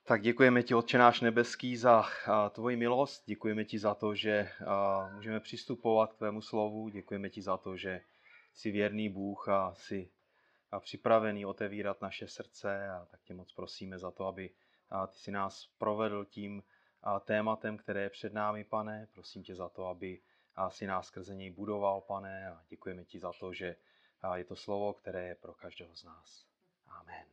Tak děkujeme ti, Otče náš nebeský, za tvoji milost. Děkujeme ti za to, že můžeme přistupovat k tvému slovu. Děkujeme ti za to, že jsi věrný Bůh a jsi připravený otevírat naše srdce. A tak tě moc prosíme za to, aby ty si nás provedl tím tématem, které je před námi, Pane. Prosím tě za to, aby si nás skrze něj budoval, Pane. A děkujeme ti za to, že je to slovo, které je pro každého z nás. Amen.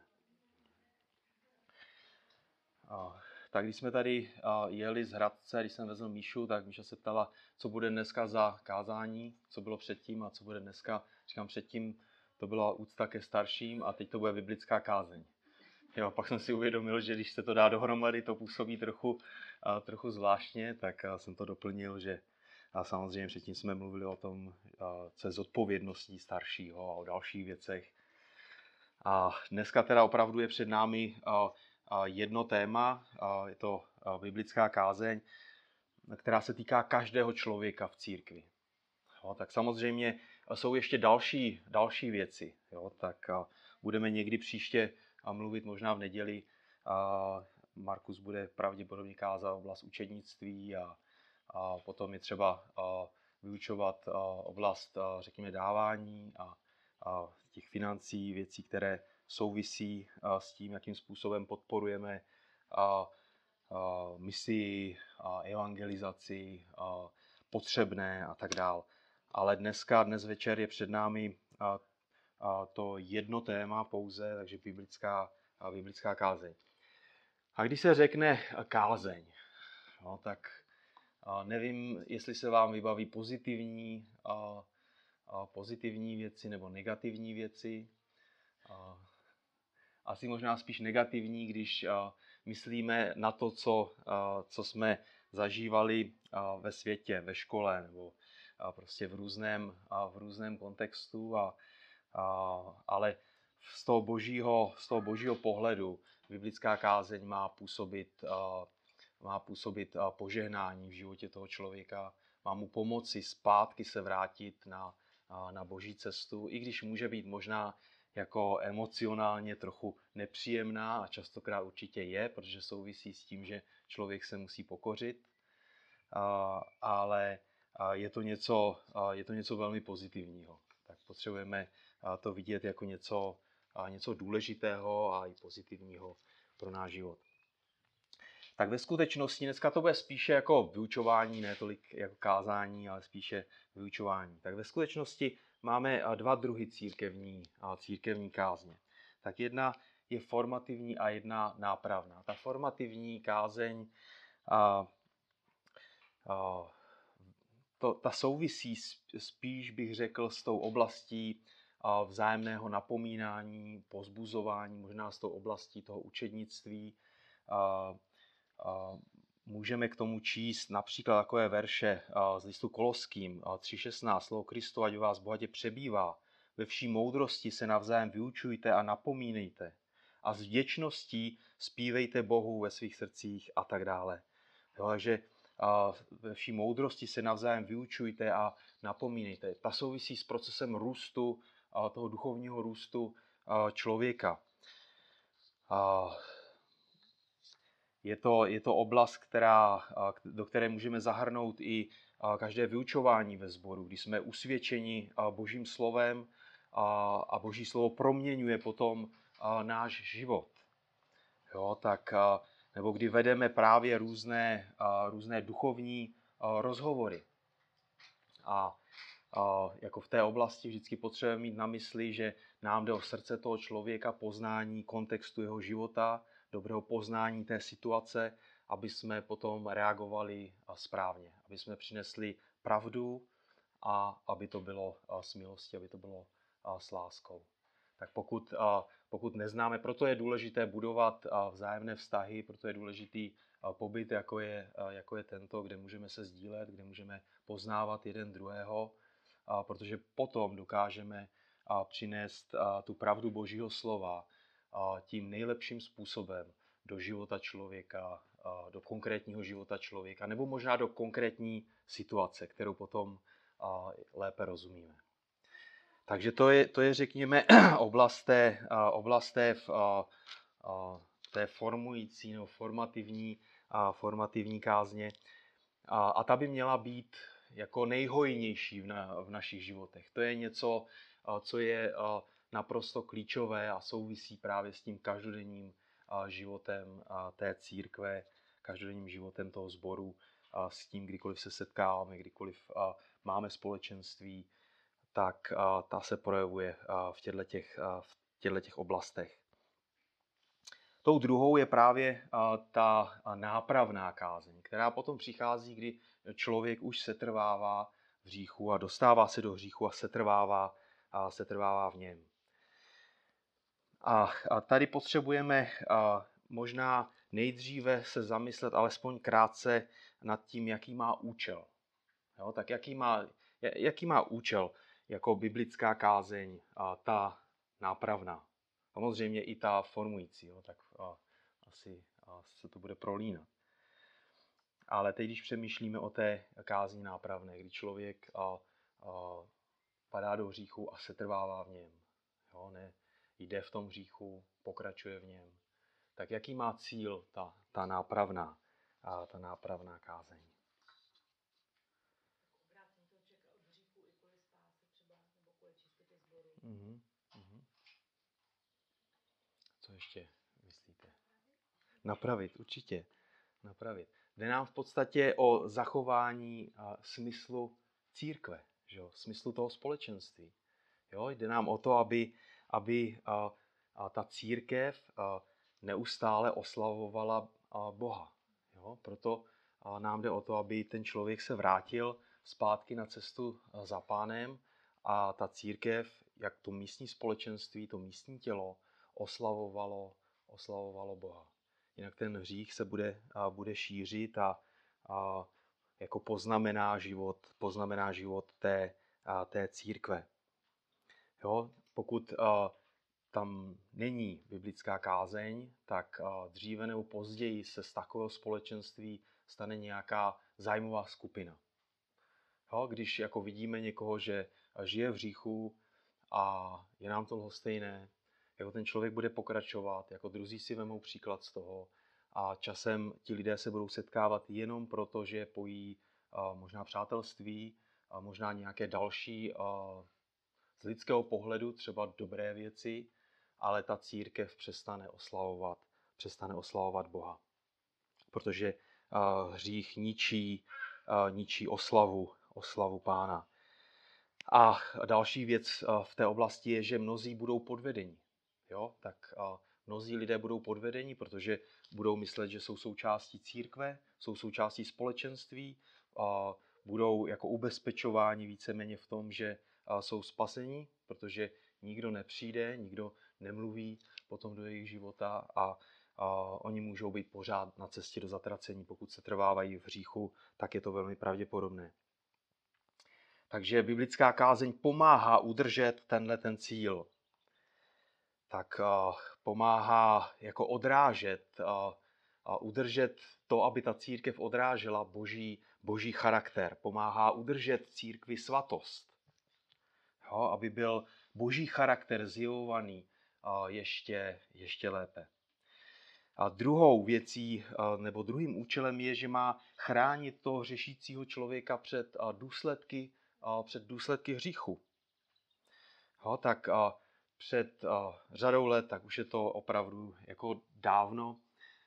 Tak když jsme tady jeli z Hradce, když jsem vezl Míšu, tak Míša se ptala, co bude dneska za kázání, co bylo předtím a co bude dneska. Říkám, předtím to byla úcta ke starším a teď to bude biblická kázeň. Jo, pak jsem si uvědomil, že když se to dá dohromady, to působí trochu zvláštně, tak jsem to doplnil, že a samozřejmě předtím jsme mluvili o tom, co je zodpovědností staršího a o dalších věcech. A dneska teda opravdu je před námi jedno téma, je to biblická kázeň, která se týká každého člověka v církvi. Jo, tak samozřejmě jsou ještě další věci. Jo, tak budeme někdy příště mluvit možná v neděli. Markus bude pravděpodobně kázat oblast učednictví a potom je třeba vyučovat oblast, řekněme, dávání a těch financí, věcí, které souvisí s tím, jakým způsobem podporujeme misi, evangelizaci, potřebné a tak dál. Ale dnes večer je před námi to jedno téma pouze, takže biblická kázeň. A když se řekne kázeň, no, tak nevím, jestli se vám vybaví pozitivní věci nebo negativní věci. Asi možná spíš negativní, když myslíme na to, co jsme zažívali ve světě, ve škole nebo prostě v různém kontextu. Ale z toho božího pohledu biblická kázeň má působit požehnání v životě toho člověka, má mu pomoci zpátky se vrátit na boží cestu, i když může být možná jako emocionálně trochu nepříjemná a častokrát určitě je, protože souvisí s tím, že člověk se musí pokořit, ale je to něco velmi pozitivního. Tak potřebujeme to vidět jako něco důležitého a i pozitivního pro náš život. Tak ve skutečnosti dneska to bude spíše jako vyučování, ne tolik jako kázání, ale spíše vyučování. Tak ve skutečnosti máme dva druhy církevní kázně. Tak jedna je formativní a jedna nápravná. Ta formativní kázeň ta souvisí spíš, bych řekl, s tou oblastí vzájemného napomínání, povzbuzování, možná s tou oblastí toho učednictví. Můžeme k tomu číst například takové verše z listu Koloským 3.16. Slovo Kristo, ať u vás bohatě přebývá. Ve vší moudrosti se navzájem vyučujte a napomínejte. A s vděčností zpívejte Bohu ve svých srdcích a tak dále. Takže ve vší moudrosti se navzájem vyučujte a napomínejte. Ta souvisí s procesem růstu, toho duchovního růstu člověka. Je to oblast, do které můžeme zahrnout i každé vyučování ve sboru, kdy jsme usvědčeni Božím slovem a Boží slovo proměňuje potom náš život. Jo, tak, nebo kdy vedeme právě různé duchovní rozhovory. A jako v té oblasti vždycky potřebujeme mít na mysli, že nám jde o srdce toho člověka, poznání kontextu jeho života, dobrého poznání té situace, aby jsme potom reagovali správně, aby jsme přinesli pravdu a aby to bylo s milostí, aby to bylo s láskou. Tak pokud neznáme, proto je důležité budovat vzájemné vztahy, proto je důležitý pobyt, jako je tento, kde můžeme se sdílet, kde můžeme poznávat jeden druhého, protože potom dokážeme přinést tu pravdu Božího slova tím nejlepším způsobem do života člověka, do konkrétního života člověka, nebo možná do konkrétní situace, kterou potom lépe rozumíme. Takže to je řekněme, oblast té té formující nebo formativní kázně. A ta by měla být jako nejhojnější v našich životech. To je něco, co je naprosto klíčové a souvisí právě s tím každodenním životem té církve, každodenním životem toho sboru, s tím, kdykoliv se setkáváme, kdykoliv máme společenství, tak ta se projevuje v těchto oblastech. Tou druhou je právě ta nápravná kázeň, která potom přichází, kdy člověk už setrvává v hříchu a dostává se do hříchu a setrvává v něm. A tady potřebujeme možná nejdříve se zamyslet alespoň krátce nad tím, jaký má účel. Jo, tak jaký má účel jako biblická kázeň ta nápravná? Samozřejmě i ta formující, jo, tak asi se to bude prolínat. Ale teď, když přemýšlíme o té kázni nápravné, kdy člověk padá do hříchu a setrvává v něm, jo, ne, jde v tom hříchu, pokračuje v něm, tak jaký má cíl ta nápravná kázeň? Mhm, mhm. Co ještě myslíte? Napravit, určitě. Napravit. Jde nám v podstatě o zachování smyslu církve, že jo? Smyslu toho společenství. Jo? Jde nám o to, aby ta církev neustále oslavovala Boha. Jo? Proto nám jde o to, aby ten člověk se vrátil zpátky na cestu za Pánem a ta církev, jak to místní společenství, to místní tělo, oslavovalo Boha. Jinak ten hřích se bude šířit a jako poznamená život té církve. Jo? Pokud tam není biblická kázeň, tak dříve nebo později se z takového společenství stane nějaká zájmová skupina. Jo? Když jako vidíme někoho, že žije v hříchu a je nám to lhostejné, jako ten člověk bude pokračovat, jako druzí si vemou příklad z toho a časem ti lidé se budou setkávat jenom proto, že pojí možná přátelství, možná nějaké další z lidského pohledu třeba dobré věci, ale ta církev přestane oslavovat Boha. Protože hřích ničí oslavu Pána. A další věc v té oblasti je, že mnozí budou podvedeni. Jo? Tak mnozí lidé budou podvedeni, protože budou myslet, že jsou součástí církve, jsou součástí společenství, budou jako ubezpečováni víceméně v tom, že jsou spasení, protože nikdo nepřijde, nikdo nemluví potom do jejich života a oni můžou být pořád na cestě do zatracení. Pokud se trvávají v hříchu, tak je to velmi pravděpodobné. Takže biblická kázeň pomáhá udržet ten cíl. Tak pomáhá jako odrážet a udržet to, aby ta církev odrážela boží charakter. Pomáhá udržet církvi svatost. Jo, aby byl boží charakter zjevovaný ještě lépe. A druhou věcí nebo druhým účelem je, že má chránit toho hřešícího člověka před důsledky hříchu. Jo, tak před řadou let, tak už je to opravdu jako dávno,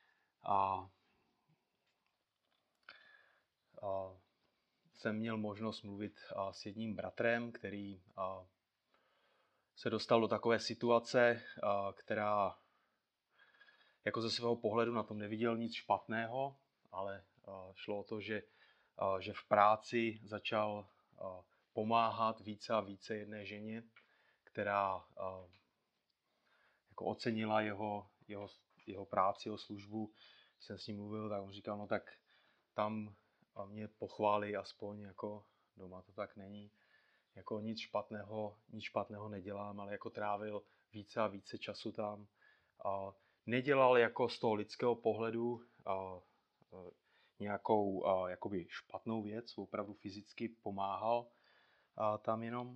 jsem měl možnost mluvit s jedním bratrem, který se dostal do takové situace, která jako ze svého pohledu na tom neviděl nic špatného, ale šlo o to, že v práci začal pomáhat více a více jedné ženě, která jako ocenila jeho práci, jeho službu. Když jsem s ním mluvil, tak on říkal, no tak tam mě pochválí aspoň, jako doma to tak není. Jako nic špatného nedělám, ale jako trávil více a více času tam. Nedělal jako z toho lidského pohledu nějakou jakoby špatnou věc, opravdu fyzicky pomáhal tam jenom,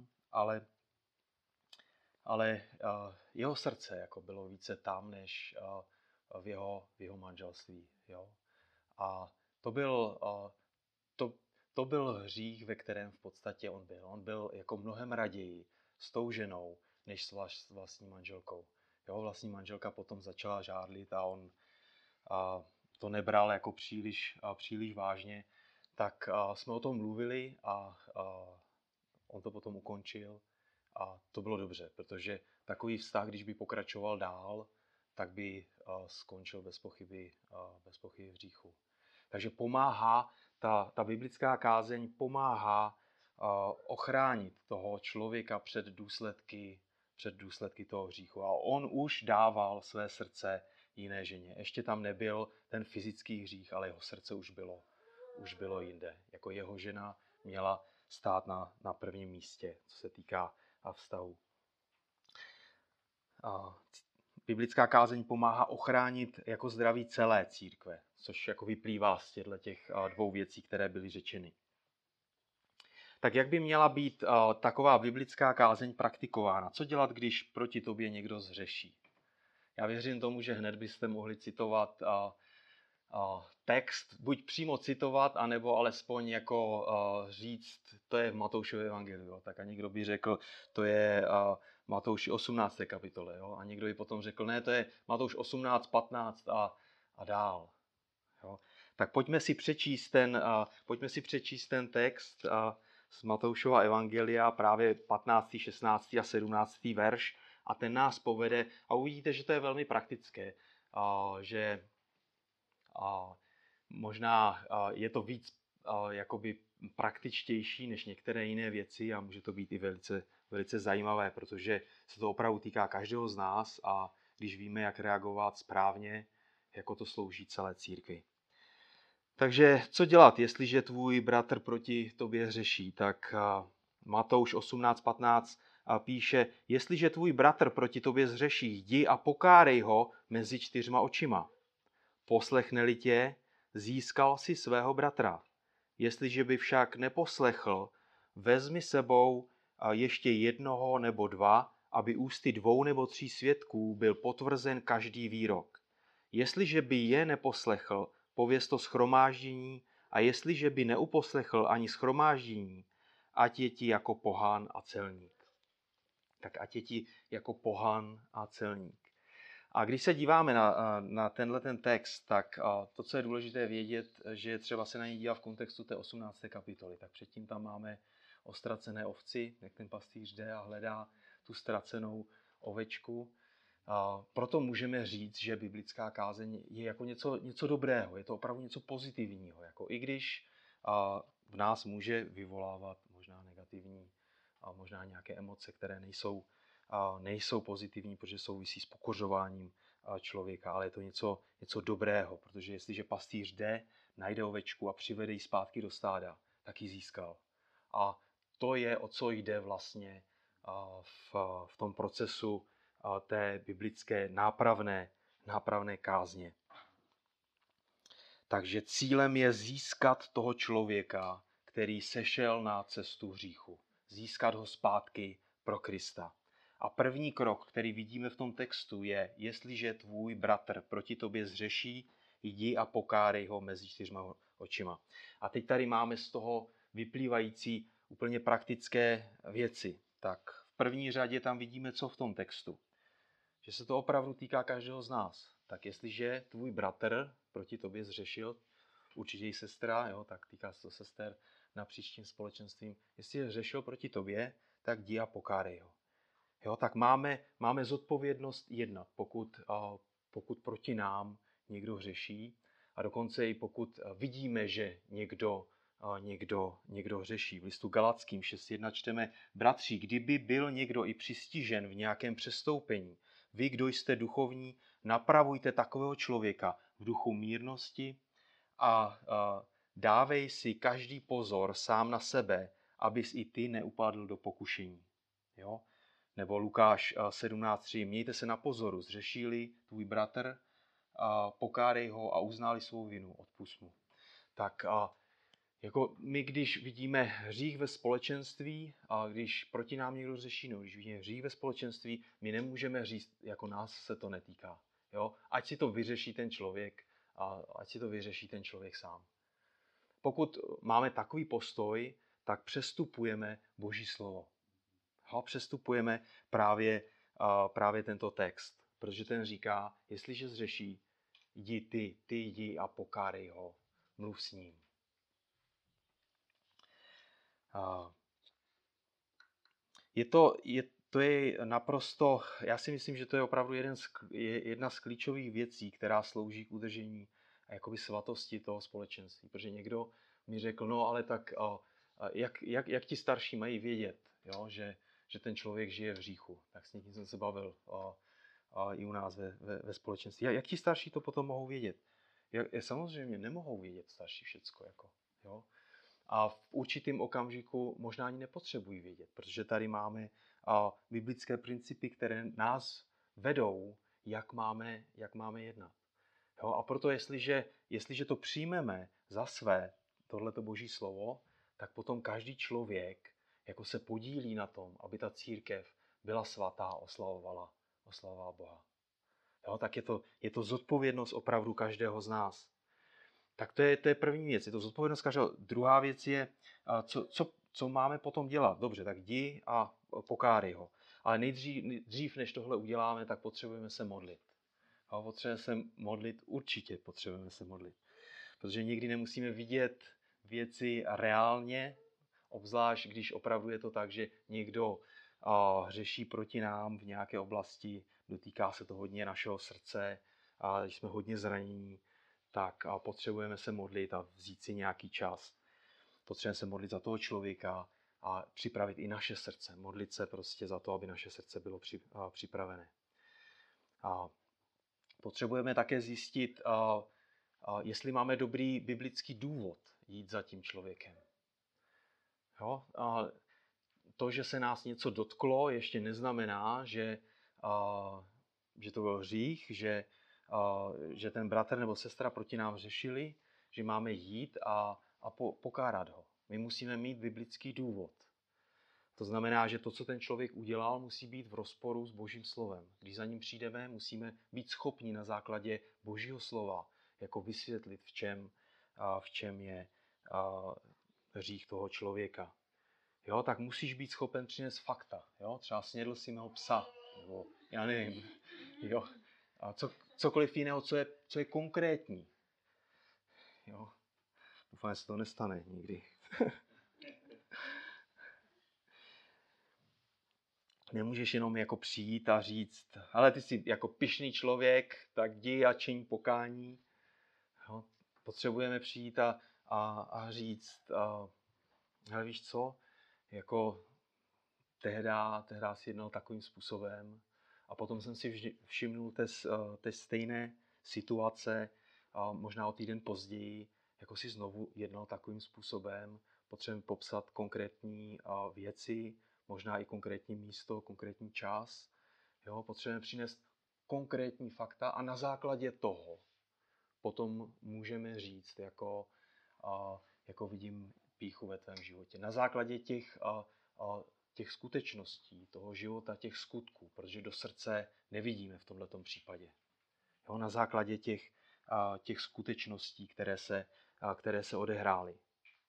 ale jeho srdce jako bylo více tam, než v jeho manželství. Jo? A to byl, to, to byl hřích, ve kterém v podstatě on byl. On byl jako mnohem raději s tou ženou, než s vlastní manželkou. Jo, vlastní manželka potom začala žádlit a on to nebral jako příliš vážně. Tak jsme o tom mluvili a on to potom ukončil a to bylo dobře, protože takový vztah, když by pokračoval dál, tak by skončil bez pochyby v hříchu. Takže pomáhá, ta biblická kázeň pomáhá ochránit toho člověka před důsledky toho hříchu. A on už dával své srdce jiné ženě. Ještě tam nebyl ten fyzický hřích, ale jeho srdce už bylo jinde. Jako jeho žena měla stát na prvním místě, co se týká vztahu. Biblická kázeň pomáhá ochránit jako zdraví celé církve, což jako vyplývá z těch dvou věcí, které byly řečeny. Tak jak by měla být taková biblická kázeň praktikována? Co dělat, když proti tobě někdo zhřeší? Já věřím tomu, že hned byste mohli citovat text, buď přímo citovat, anebo alespoň jako říct, to je v Matoušově evangeliu. Tak a někdo by řekl, to je Matouši 18. kapitole. Jo? A někdo by potom řekl, ne, to je Matouš 18, 15 a dál. Jo? Tak pojďme si přečíst ten text z Matoušova evangelia, právě 15., 16. a 17. verš, a ten nás povede a uvidíte, že to je velmi praktické, že možná je to víc jakoby praktičtější než některé jiné věci a může to být i velice, velice zajímavé, protože se to opravdu týká každého z nás a když víme, jak reagovat správně, jako to slouží celé církvi. Takže co dělat, jestliže tvůj bratr proti tobě hřeší? Tak Matouš 18.15 píše, jestliže tvůj bratr proti tobě zřeší, jdi a pokárej ho mezi 4 očima. Poslechne-li tě, získal si svého bratra. Jestliže by však neposlechl, vezmi sebou ještě 1 nebo 2, aby ústy 2 nebo 3 svědků byl potvrzen každý výrok. Jestliže by je neposlechl, pověz to shromáždění, a jestliže by neuposlechl ani shromáždění, ať je ti jako pohan a celník. Tak ať je ti jako pohan a celník. A když se díváme na tenhle ten text, tak to, co je důležité vědět, že je třeba se na něj dívat v kontextu té 18. kapitoly. Tak předtím tam máme o ztracené ovci, jak ten pastýř jde a hledá tu ztracenou ovečku. Proto můžeme říct, že biblická kázeň je jako něco dobrého, je to opravdu něco pozitivního. Jako i když v nás může vyvolávat možná negativní, možná nějaké emoce, které nejsou pozitivní, protože souvisí s pokořováním člověka, ale je to něco dobrého, protože jestliže pastýř jde, najde ovečku a přivede ji zpátky do stáda, tak ji získal. A to je, o co jde vlastně v tom procesu té biblické nápravné kázně. Takže cílem je získat toho člověka, který sešel na cestu hříchu. Získat ho zpátky pro Krista. A první krok, který vidíme v tom textu, je, jestliže tvůj bratr proti tobě zřeší, jdi a pokárej ho mezi 4 očima. A teď tady máme z toho vyplývající úplně praktické věci. Tak v první řadě tam vidíme, co v tom textu. Že se to opravdu týká každého z nás. Tak jestliže tvůj bratr proti tobě zřešil, určitě i sestra, jo, tak týká se to sester napříč tím společenstvím, jestli řešil proti tobě, tak jdi a pokárej ho. Jo, tak máme zodpovědnost jednat, pokud proti nám někdo hřeší a dokonce i pokud vidíme, že někdo hřeší. V listu Galackým 6.1 čteme, bratři, kdyby byl někdo i přistižen v nějakém přestoupení, vy, kdo jste duchovní, napravujte takového člověka v duchu mírnosti a dávej si každý pozor sám na sebe, abys i ty neupadl do pokušení. Jo? Nebo Lukáš 17.3. Mějte se na pozoru, zřešili tvůj bratr, pokárej ho a uználi svou vinu, odpusť mu. Tak jako my, když vidíme hřích ve společenství a když proti nám někdo řeší, když vidíme hřích ve společenství, my nemůžeme říct, jako nás se to netýká. Jo? Ať si to vyřeší ten člověk, ať si to vyřeší ten člověk sám. Pokud máme takový postoj, tak přestupujeme Boží slovo. Přestupujeme právě tento text, protože ten říká, jestliže zřeší, jdi ty jdi a pokárej ho, mluv s ním. To je naprosto, já si myslím, že to je opravdu jedna z klíčových věcí, která slouží k udržení jakoby svatosti toho společenství. Protože někdo mi řekl, no ale tak jak ti starší mají vědět, jo, že ten člověk žije v hříchu. Tak s někým jsem se bavil i u nás ve společenství. Jak ti starší to potom mohou vědět? Samozřejmě nemohou vědět starší všecko. Jo? A v určitém okamžiku možná ani nepotřebují vědět, protože tady máme biblické principy, které nás vedou, jak máme jednat. Jo? A proto, jestliže to přijmeme za své, tohleto Boží slovo, tak potom každý člověk jako se podílí na tom, aby ta církev byla svatá, oslavovala Boha. Jo? Tak je to zodpovědnost opravdu každého z nás. Tak to je první věc, je to zodpovědnost každého. Druhá věc je, co máme potom dělat. Dobře, tak jdi a pokárej ho. Ale dřív, než tohle uděláme, tak potřebujeme se modlit. Určitě potřebujeme se modlit. Protože nikdy nemusíme vidět věci reálně, obzvlášť když opravdu je to tak, že někdo hřeší proti nám v nějaké oblasti, dotýká se to hodně našeho srdce, a když jsme hodně zranění, tak potřebujeme se modlit a vzít si nějaký čas. Potřebujeme se modlit za toho člověka a připravit i naše srdce. Modlit se prostě za to, aby naše srdce bylo připravené. A potřebujeme také zjistit, jestli máme dobrý biblický důvod jít za tím člověkem. Jo? To, že se nás něco dotklo, ještě neznamená, že to byl hřích, že ten bratr nebo sestra proti nám řešili, že máme jít a pokárat ho. My musíme mít biblický důvod. To znamená, že to, co ten člověk udělal, musí být v rozporu s Božím slovem. Když za ním přijdeme, musíme být schopni na základě Božího slova jako vysvětlit, v čem je hřích toho člověka. Jo, tak musíš být schopen přinést fakta. Jo? Třeba snědl si mého psa, nebo já nevím. Jo? A cokoliv jiného, co je konkrétní. Jo? Doufám, že se to nestane nikdy. Nemůžeš jenom jako přijít a říct, ale ty jsi jako pyšný člověk, tak jdi a čiň pokání. Jo? Potřebujeme přijít a říct, ale víš co, jako tehdy si jednal takovým způsobem a potom jsem si všimnul té stejné situace, možná o týden později, jako si znovu jednal takovým způsobem. Potřebujeme popsat konkrétní věci, možná i konkrétní místo, konkrétní čas. Jo? Potřebujeme přinést konkrétní fakta a na základě toho potom můžeme říct, jako vidím pýchu ve tvém životě. Na základě těch skutečností, toho života, těch skutků, protože do srdce nevidíme v tomto případě. Jo, na základě těch skutečností, které se odehrály.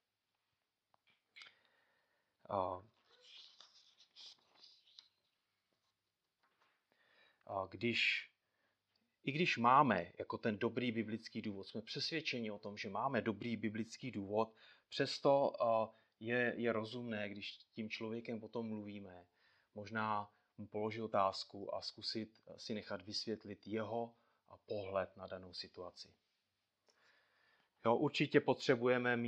I když máme jako ten dobrý biblický důvod, jsme přesvědčeni o tom, že máme dobrý biblický důvod, přesto je rozumné, když tím člověkem potom mluvíme, možná mu položit otázku a zkusit si nechat vysvětlit jeho pohled na danou situaci. Jo, určitě potřebujeme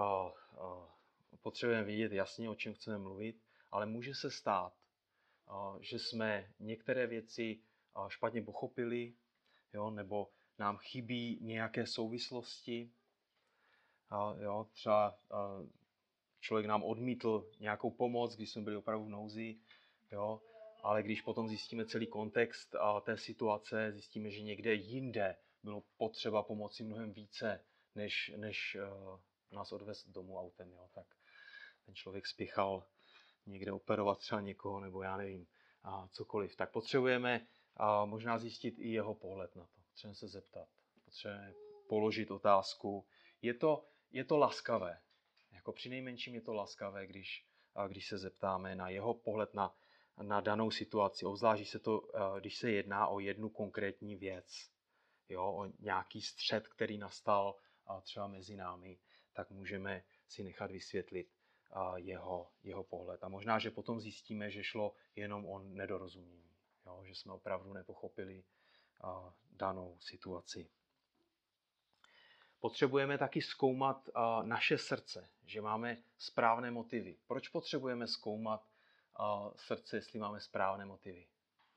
vědět jasně, o čem chceme mluvit, ale může se stát, že jsme některé věci špatně pochopili, jo, nebo nám chybí nějaké souvislosti. Jo, třeba člověk nám odmítl nějakou pomoc, když jsme byli opravdu v nouzi, jo, ale když potom zjistíme celý kontext té situace, zjistíme, že někde jinde bylo potřeba pomoci mnohem více, než nás odvést domů autem. Jo, tak ten člověk spěchal někde operovat třeba někoho, nebo já nevím, cokoliv. Tak potřebujeme a možná zjistit i jeho pohled na to. Potřebujeme se zeptat, potřebujeme položit otázku. Je to laskavé. Jako přinejmenším je to laskavé, když se zeptáme na jeho pohled na danou situaci. Obzvlášť, když se jedná o jednu konkrétní věc. Jo, o nějaký střet, který nastal třeba mezi námi, tak můžeme si nechat vysvětlit jeho pohled. A možná, že potom zjistíme, že šlo jenom o nedorozumění. Jo, že jsme opravdu nepochopili danou situaci. Potřebujeme taky zkoumat naše srdce, že máme správné motivy. Proč potřebujeme zkoumat srdce, jestli máme správné motivy?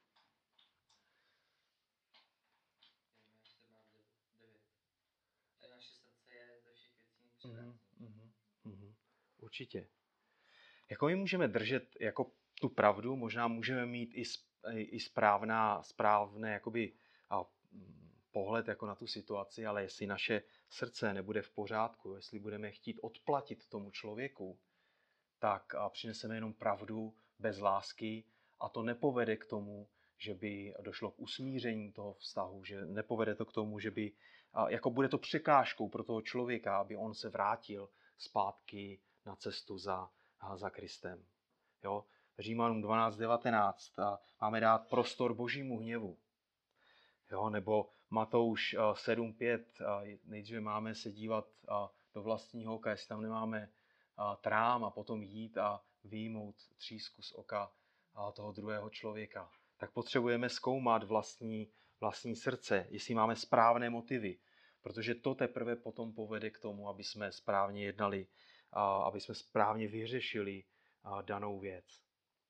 Naše srdce je ze všech věcí Mhm. Určitě. Jako my můžeme držet jako tu pravdu, možná můžeme mít i správné jakoby, pohled jako na tu situaci, ale jestli naše srdce nebude v pořádku, jestli budeme chtít odplatit tomu člověku, tak přineseme jenom pravdu bez lásky a to nepovede k tomu, že by došlo k usmíření toho vztahu, že nepovede to k tomu, že by, jako bude to překážkou pro toho člověka, aby on se vrátil zpátky na cestu za Kristem. Jo? Římanům 12:19 máme dát prostor Božímu hněvu. Jo? Nebo Matouš 7:5, nejdříve máme se dívat do vlastního oka, jestli tam nemáme trám a potom jít a vyjmout třísku z oka toho druhého člověka. Tak potřebujeme zkoumat vlastní srdce, jestli máme správné motivy, protože to teprve potom povede k tomu, aby jsme správně jednali, aby jsme správně vyřešili danou věc.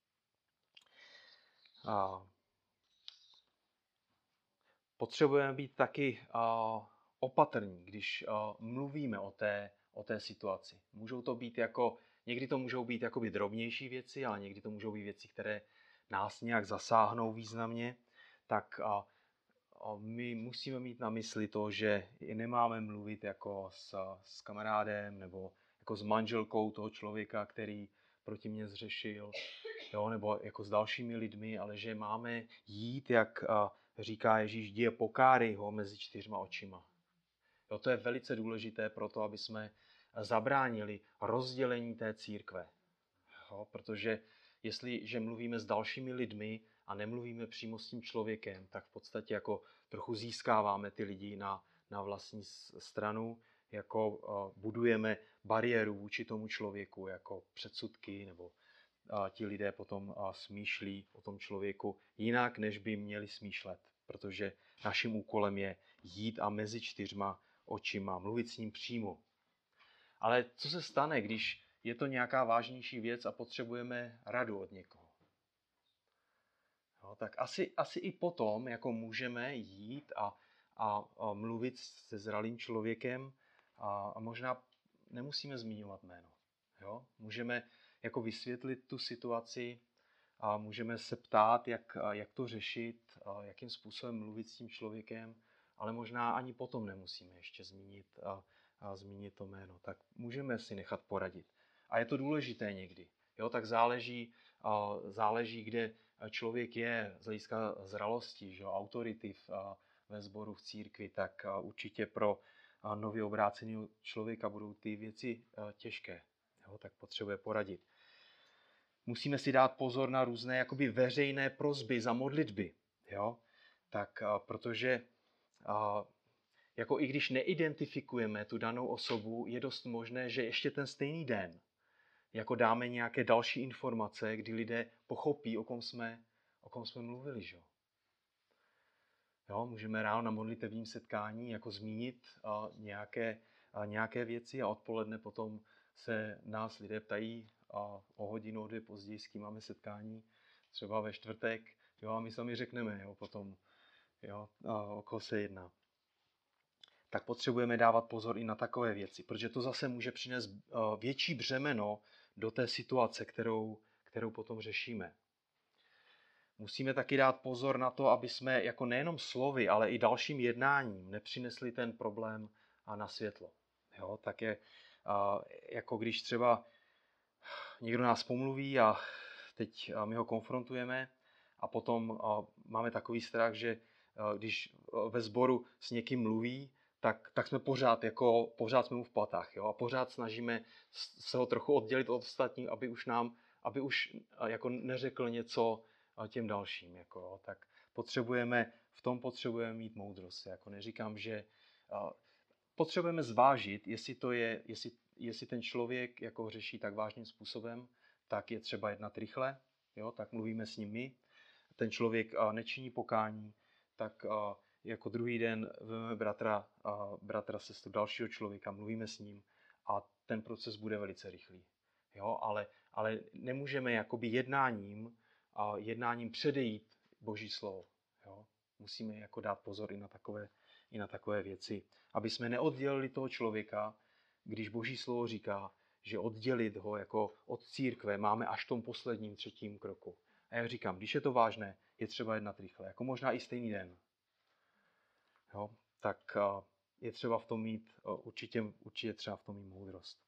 Potřebujeme být taky opatrní, když mluvíme o té situaci. Někdy to můžou být jakoby drobnější věci, ale někdy to můžou být věci, které nás nějak zasáhnou významně. Tak my musíme mít na mysli to, že nemáme mluvit jako s kamarádem nebo jako s manželkou toho člověka, který proti mně zřešil, jo, nebo jako s dalšími lidmi, ale že máme jít, jak říká Ježíš, jdi a pokárej ho mezi 4 očima. Jo, to je velice důležité pro to, aby jsme zabránili rozdělení té církve. Jo, protože jestliže mluvíme s dalšími lidmi a nemluvíme přímo s tím člověkem, tak v podstatě jako trochu získáváme ty lidi na vlastní stranu, jako budujeme bariéru vůči tomu člověku, jako předsudky, nebo ti lidé potom smýšlí o tom člověku jinak, než by měli smýšlet. Protože naším úkolem je jít a mezi 4 očima mluvit s ním přímo. Ale co se stane, když je to nějaká vážnější věc a potřebujeme radu od někoho? Jo, tak asi i potom jako můžeme jít a mluvit se zralým člověkem a možná nemusíme zmiňovat jméno. Jo? Můžeme jako vysvětlit tu situaci a můžeme se ptát, jak to řešit, jakým způsobem mluvit s tím člověkem, ale možná ani potom nemusíme ještě zmínit to jméno. Tak můžeme si nechat poradit. A je to důležité někdy. Jo? Tak záleží, kde člověk je z hlediska zralosti, že? Autority ve sboru, v církvi, tak určitě pro nově obráceného člověka budou ty věci těžké. Jo? Tak potřebuje poradit. Musíme si dát pozor na různé jakoby veřejné prosby za modlitby. Jo? Tak protože jako i když neidentifikujeme tu danou osobu, je dost možné, že ještě ten stejný den jako dáme nějaké další informace, kdy lidé pochopí, o kom jsme mluvili. Že? Jo, můžeme ráno na modlitevním setkání jako zmínit nějaké věci a odpoledne potom se nás lidé ptají o hodinu, 2 později, s kým máme setkání, třeba ve čtvrtek, jo, a my sami řekneme potom, jo, o koho se jedná. Tak potřebujeme dávat pozor i na takové věci, protože to zase může přinést větší břemeno do té situace, kterou potom řešíme. Musíme taky dát pozor na to, aby jsme jako nejenom slovy, ale i dalším jednáním nepřinesli ten problém na světlo. Jo, tak je jako když třeba někdo nás pomluví a teď my ho konfrontujeme a potom máme takový strach, že když ve sboru s někým mluví, tak jsme pořád jsme mu v patách, jo? A pořád snažíme se ho trochu oddělit od ostatních, aby už jako neřekl něco těm dalším, jako, jo? Tak potřebujeme mít moudrost. Jako neříkám, že potřebujeme zvážit, jestli ten člověk jako řeší tak vážným způsobem, tak je třeba jednat rychle, jo? Tak mluvíme s ním my. Ten člověk nečiní pokání, tak jako druhý den vezmeme bratra, sestru dalšího člověka, mluvíme s ním a ten proces bude velice rychlý. Jo? Ale nemůžeme jakoby jednáním předejít Boží slovo. Jo? Musíme jako dát pozor i na takové věci, aby jsme neoddělili toho člověka, když Boží slovo říká, že oddělit ho jako od církve máme až v tom posledním 3. kroku. A jak říkám, když je to vážné, je třeba jednat rychle, jako možná i stejný den. Jo? Tak je třeba v tom mít, určitě třeba v tom mít moudrost.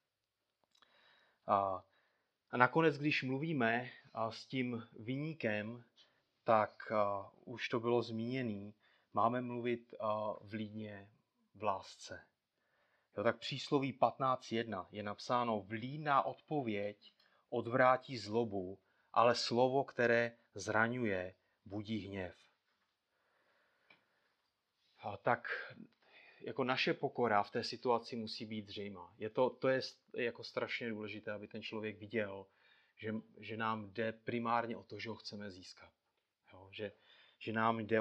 A nakonec, když mluvíme s tím viníkem, tak už to bylo zmíněné, máme mluvit vlídně v lásce. Jo, tak přísloví 15.1 je napsáno: vlídná odpověď odvrátí zlobu, ale slovo, které zraňuje, budí hněv. Tak jako naše pokora v té situaci musí být zřejmá. To je jako strašně důležité, aby ten člověk viděl, že nám jde primárně o to, že ho chceme získat. Jo? Že nám jde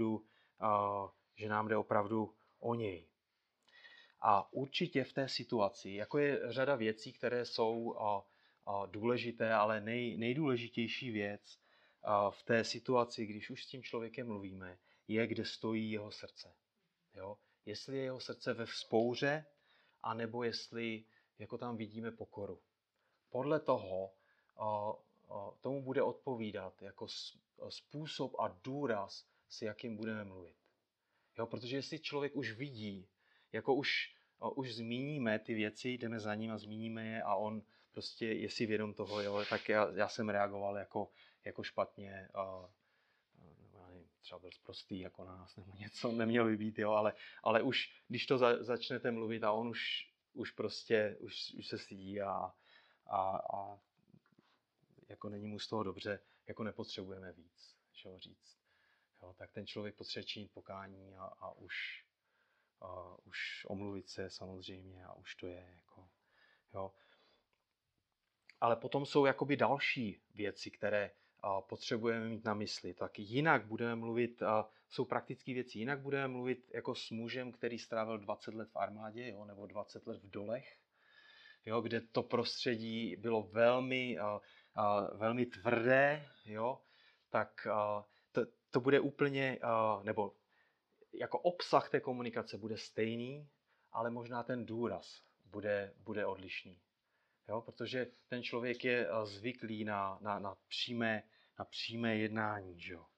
opravdu o něj. A určitě v té situaci, jako je řada věcí, které jsou důležité, ale nejdůležitější věc v té situaci, když už s tím člověkem mluvíme, je, kde stojí jeho srdce. Jo? Jestli je jeho srdce ve vzpouře, anebo jestli jako tam vidíme pokoru. Podle toho tomu bude odpovídat jako způsob a důraz, s jakým budeme mluvit. Jo? Protože jestli člověk už vidí, jako už zmíníme ty věci, jdeme za ním a zmíníme je a on prostě je si vědom toho, jo, tak já jsem reagoval jako špatně, třeba byl sprostý jako na nás, nebo něco neměl by být, jo, ale už když to začnete mluvit a on už se stydí a jako není mu z toho dobře, jako nepotřebujeme víc, čeho říct. Jo, tak ten člověk potřebuje činit pokání a už omluvit se samozřejmě a už to je jako, jo. Ale potom jsou jakoby další věci, které potřebujeme mít na mysli. Tak jinak budeme mluvit, jsou praktické věci, jinak budeme mluvit jako s mužem, který strávil 20 let v armádě, jo, nebo 20 let v dolech, jo, kde to prostředí bylo velmi tvrdé, jo, tak to bude úplně, nebo jako obsah té komunikace bude stejný, ale možná ten důraz bude odlišný. Jo? Protože ten člověk je zvyklý na přímé jednání. Že jo?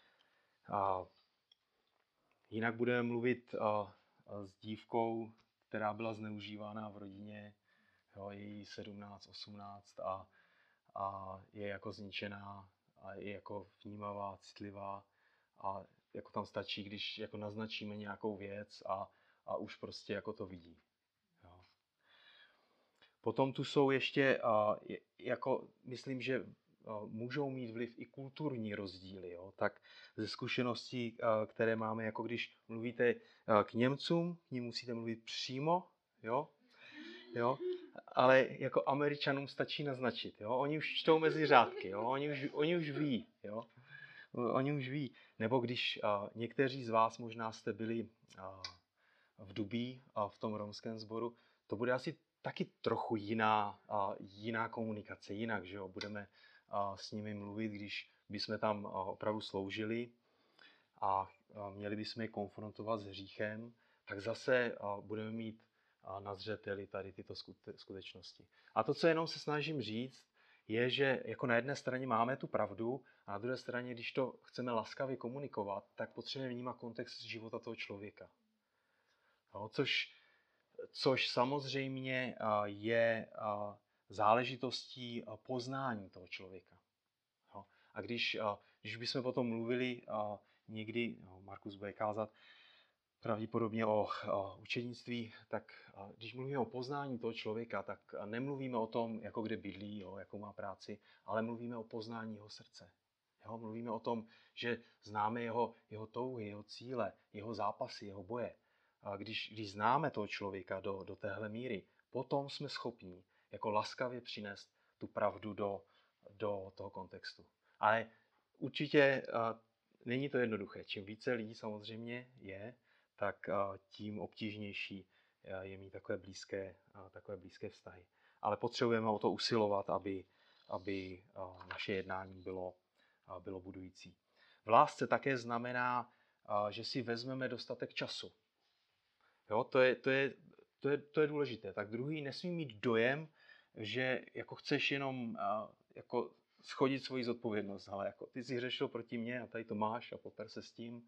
Jinak budeme mluvit s dívkou, která byla zneužívána v rodině, jo, její 17, 18 a je jako zničená a je jako vnímavá, citlivá a jako tam stačí, když jako naznačíme nějakou věc a už prostě jako to vidí. Jo. Potom tu jsou ještě, jako myslím, že můžou mít vliv i kulturní rozdíly. Jo. Tak ze zkušeností, které máme, jako když mluvíte k Němcům, k nim musíte mluvit přímo, jo. Jo. Ale jako Američanům stačí naznačit. Jo. Oni už čtou mezi řádky, jo. Oni už ví. Jo. Oni už ví. Nebo když někteří z vás možná jste byli v Dubí v tom romském sboru, to bude asi taky trochu jiná komunikace, jinak, že jo, budeme s nimi mluvit, když bychom tam opravdu sloužili a měli bychom je konfrontovat s hříchem, tak zase budeme mít na zřeteli tady tyto skutečnosti. A to, co jenom se snažím říct, je, že jako na jedné straně máme tu pravdu a na druhé straně, když to chceme laskavě komunikovat, tak potřebujeme vnímat kontext života toho člověka. No, což samozřejmě je záležitostí poznání toho člověka. A Když bychom potom mluvili někdy, Markus bude kázat pravděpodobně o učednictví, tak když mluvíme o poznání toho člověka, tak nemluvíme o tom, jako kde bydlí, jakou má práci, ale mluvíme o poznání jeho srdce. Mluvíme o tom, že známe jeho touhy, jeho cíle, jeho zápasy, jeho boje. A když známe toho člověka do téhle míry, potom jsme schopni jako laskavě přinést tu pravdu do toho kontextu. Ale určitě není to jednoduché. Čím více lidí samozřejmě je, tak tím obtížnější je mít takové blízké vztahy. Ale potřebujeme o to usilovat, aby naše jednání bylo budující. V lásce také znamená, že si vezmeme dostatek času. Jo, to je důležité. Tak druhý nesmí mít dojem, že jako chceš jenom jako schodit svoji zodpovědnost. Ale jako ty jsi hřešil proti mně a tady to máš a poper se s tím.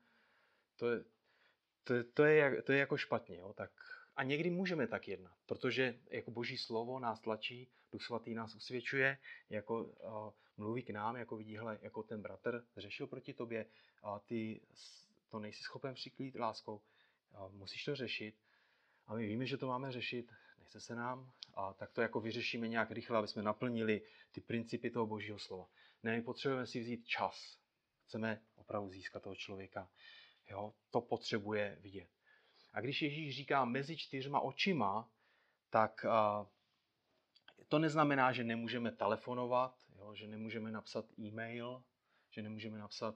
To je jako špatně. Jo? Tak, a někdy můžeme tak jednat, protože jako Boží slovo nás tlačí, Duch svatý nás usvědčuje, jako mluví k nám, jako vidí, hele, jako ten bratr zřešil proti tobě a ty to nejsi schopen přikrýt láskou, musíš to řešit. A my víme, že to máme řešit, nechce se nám, a tak to jako vyřešíme nějak rychle, aby jsme naplnili ty principy toho Božího slova. Ne, my potřebujeme si vzít čas. Chceme opravdu získat toho člověka. Jo, to potřebuje vidět. A když Ježíš říká mezi 4 očima, tak to neznamená, že nemůžeme telefonovat, jo, že nemůžeme napsat e-mail, že nemůžeme napsat,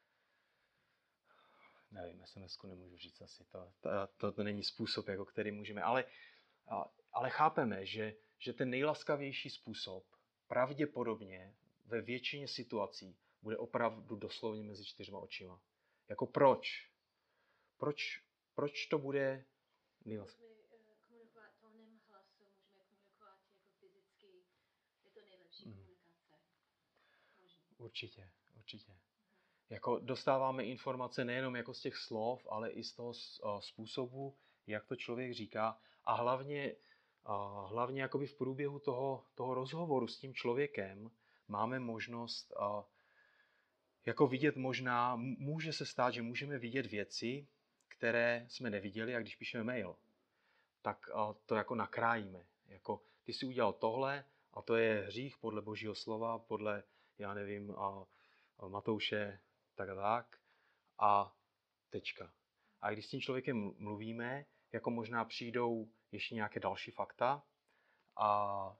nevím, SMS-ku nemůžu říct asi, to není způsob, jako který můžeme, ale chápeme, že ten nejlaskavější způsob pravděpodobně ve většině situací bude opravdu doslovně mezi 4 očima. Jako proč? Proč to bude nejlaskavější? Můžeme komunikovat tónem hlasu, můžeme komunikovat jako fyzicky, je to nejlepší komunikace. Určitě. Jako dostáváme informace nejenom jako z těch slov, ale i z toho způsobu, jak to člověk říká a hlavně jakoby v průběhu toho rozhovoru s tím člověkem máme možnost jako vidět může se stát, že můžeme vidět věci, které jsme neviděli a když píšeme mail, tak to jako nakrájíme. Jako ty jsi udělal tohle a to je hřích podle Božího slova, podle, já nevím, Matouše, tak a tečka. A když s tím člověkem mluvíme, jako možná přijdou ještě nějaké další fakta a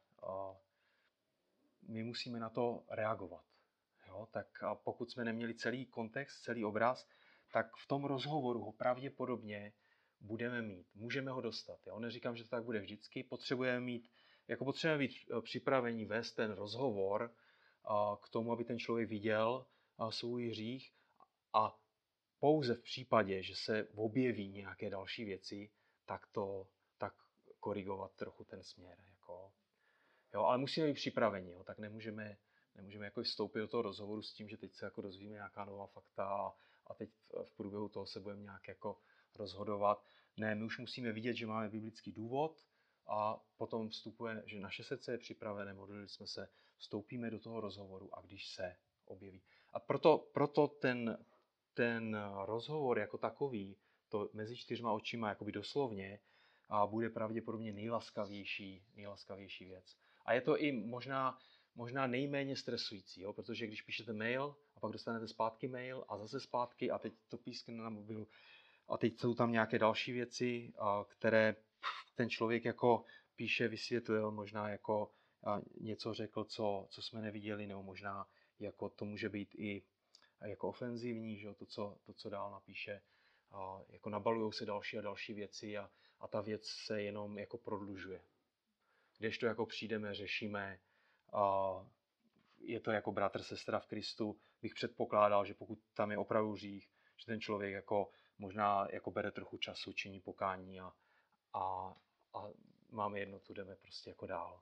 my musíme na to reagovat. Jo? Tak a pokud jsme neměli celý kontext, celý obraz, tak v tom rozhovoru ho pravděpodobně budeme mít. Můžeme ho dostat. Jo? Neříkám, že to tak bude vždycky. Potřebujeme být připraveni vést ten rozhovor k tomu, aby ten člověk viděl svůj hřích a pouze v případě, že se objeví nějaké další věci, tak korigovat trochu ten směr. Jako. Jo, ale musíme být připraveni, jo, tak nemůžeme jako vstoupit do toho rozhovoru s tím, že teď se jako dozvíme nějaká nová fakta a teď v průběhu toho se budeme nějak jako rozhodovat. Ne, my už musíme vidět, že máme biblický důvod a potom vstupuje, že naše srdce je připravené, modlili jsme se, vstoupíme do toho rozhovoru a když se objeví. A proto ten rozhovor jako takový, to mezi 4 očima, jakoby doslovně, a bude pravděpodobně nejlaskavější věc. A je to i možná nejméně stresující, jo? Protože když píšete mail a pak dostanete zpátky mail a zase zpátky a teď to pískne na mobilu a teď jsou tam nějaké další věci, které ten člověk jako píše, vysvětlil, možná jako něco řekl, co jsme neviděli, nebo možná jako to může být i jako ofenzivní, že? To, co dál napíše. Jako nabalujou se další a další věci a ta věc se jenom jako prodlužuje. Kdežto jako přijdeme, řešíme, je to jako bratr, sestra v Kristu, bych předpokládal, že pokud tam je opravdu hřích, že ten člověk jako možná jako bere trochu času, činí pokání a máme jednotu, jdeme prostě jako dál.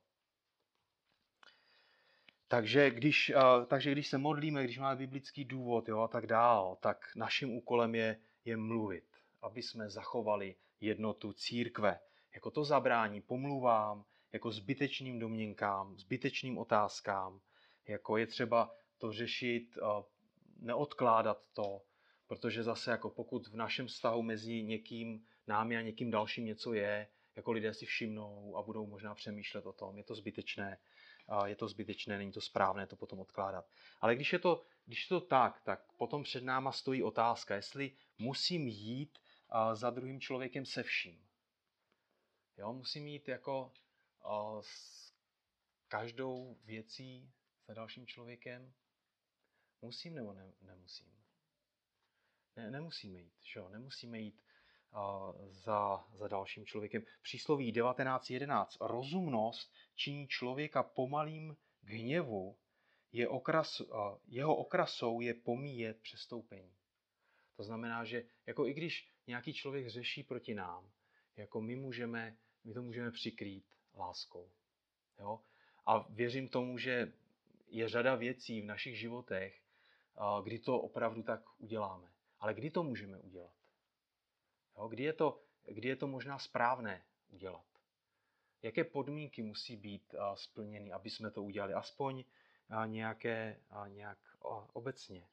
Takže když se modlíme, když máme biblický důvod, jo, a tak dál, tak naším úkolem je mluvit, aby jsme zachovali jednotu církve. Jako to zabrání pomluvám, jako zbytečným domněnkám, zbytečným otázkám, jako je třeba to řešit neodkládat to, protože zase jako pokud v našem vztahu mezi námi a někým dalším něco jako lidé si všimnou a budou možná přemýšlet o tom, je to zbytečné, není to správné to potom odkládat. Ale když je to tak potom před náma stojí otázka, jestli musím jít za druhým člověkem se vším. Jo, musím jít jako s každou věcí za dalším člověkem. Musím nebo nemusím? Ne, nemusíme jít, že jo? Nemusíme jít za dalším člověkem. Přísloví 19.11. Rozumnost činí člověka pomalým k hněvu, jeho okrasou je pomíjet přestoupení. To znamená, že jako i když nějaký člověk řeší proti nám, jako my to můžeme přikrýt láskou. Jo? A věřím tomu, že je řada věcí v našich životech, kdy to opravdu tak uděláme. Ale kdy to můžeme udělat? Jo? Kdy je to možná správné udělat? Jaké podmínky musí být splněny, aby jsme to udělali? Aspoň nějak obecně.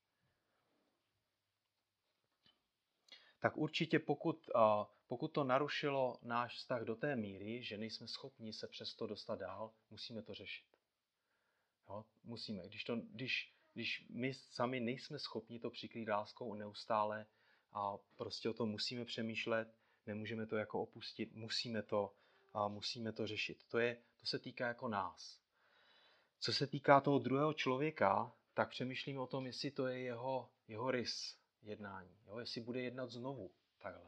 Tak určitě pokud to narušilo náš vztah do té míry, že nejsme schopni se přesto dostat dál, musíme to řešit. Jo? Musíme. Když my sami nejsme schopni to přikrýt láskou neustále a prostě o tom musíme přemýšlet, nemůžeme to jako opustit, musíme to řešit. To se týká jako nás. Co se týká toho druhého člověka, tak přemýšlíme o tom, jestli to je jeho rys jednání. Jo? Jestli bude jednat znovu takhle.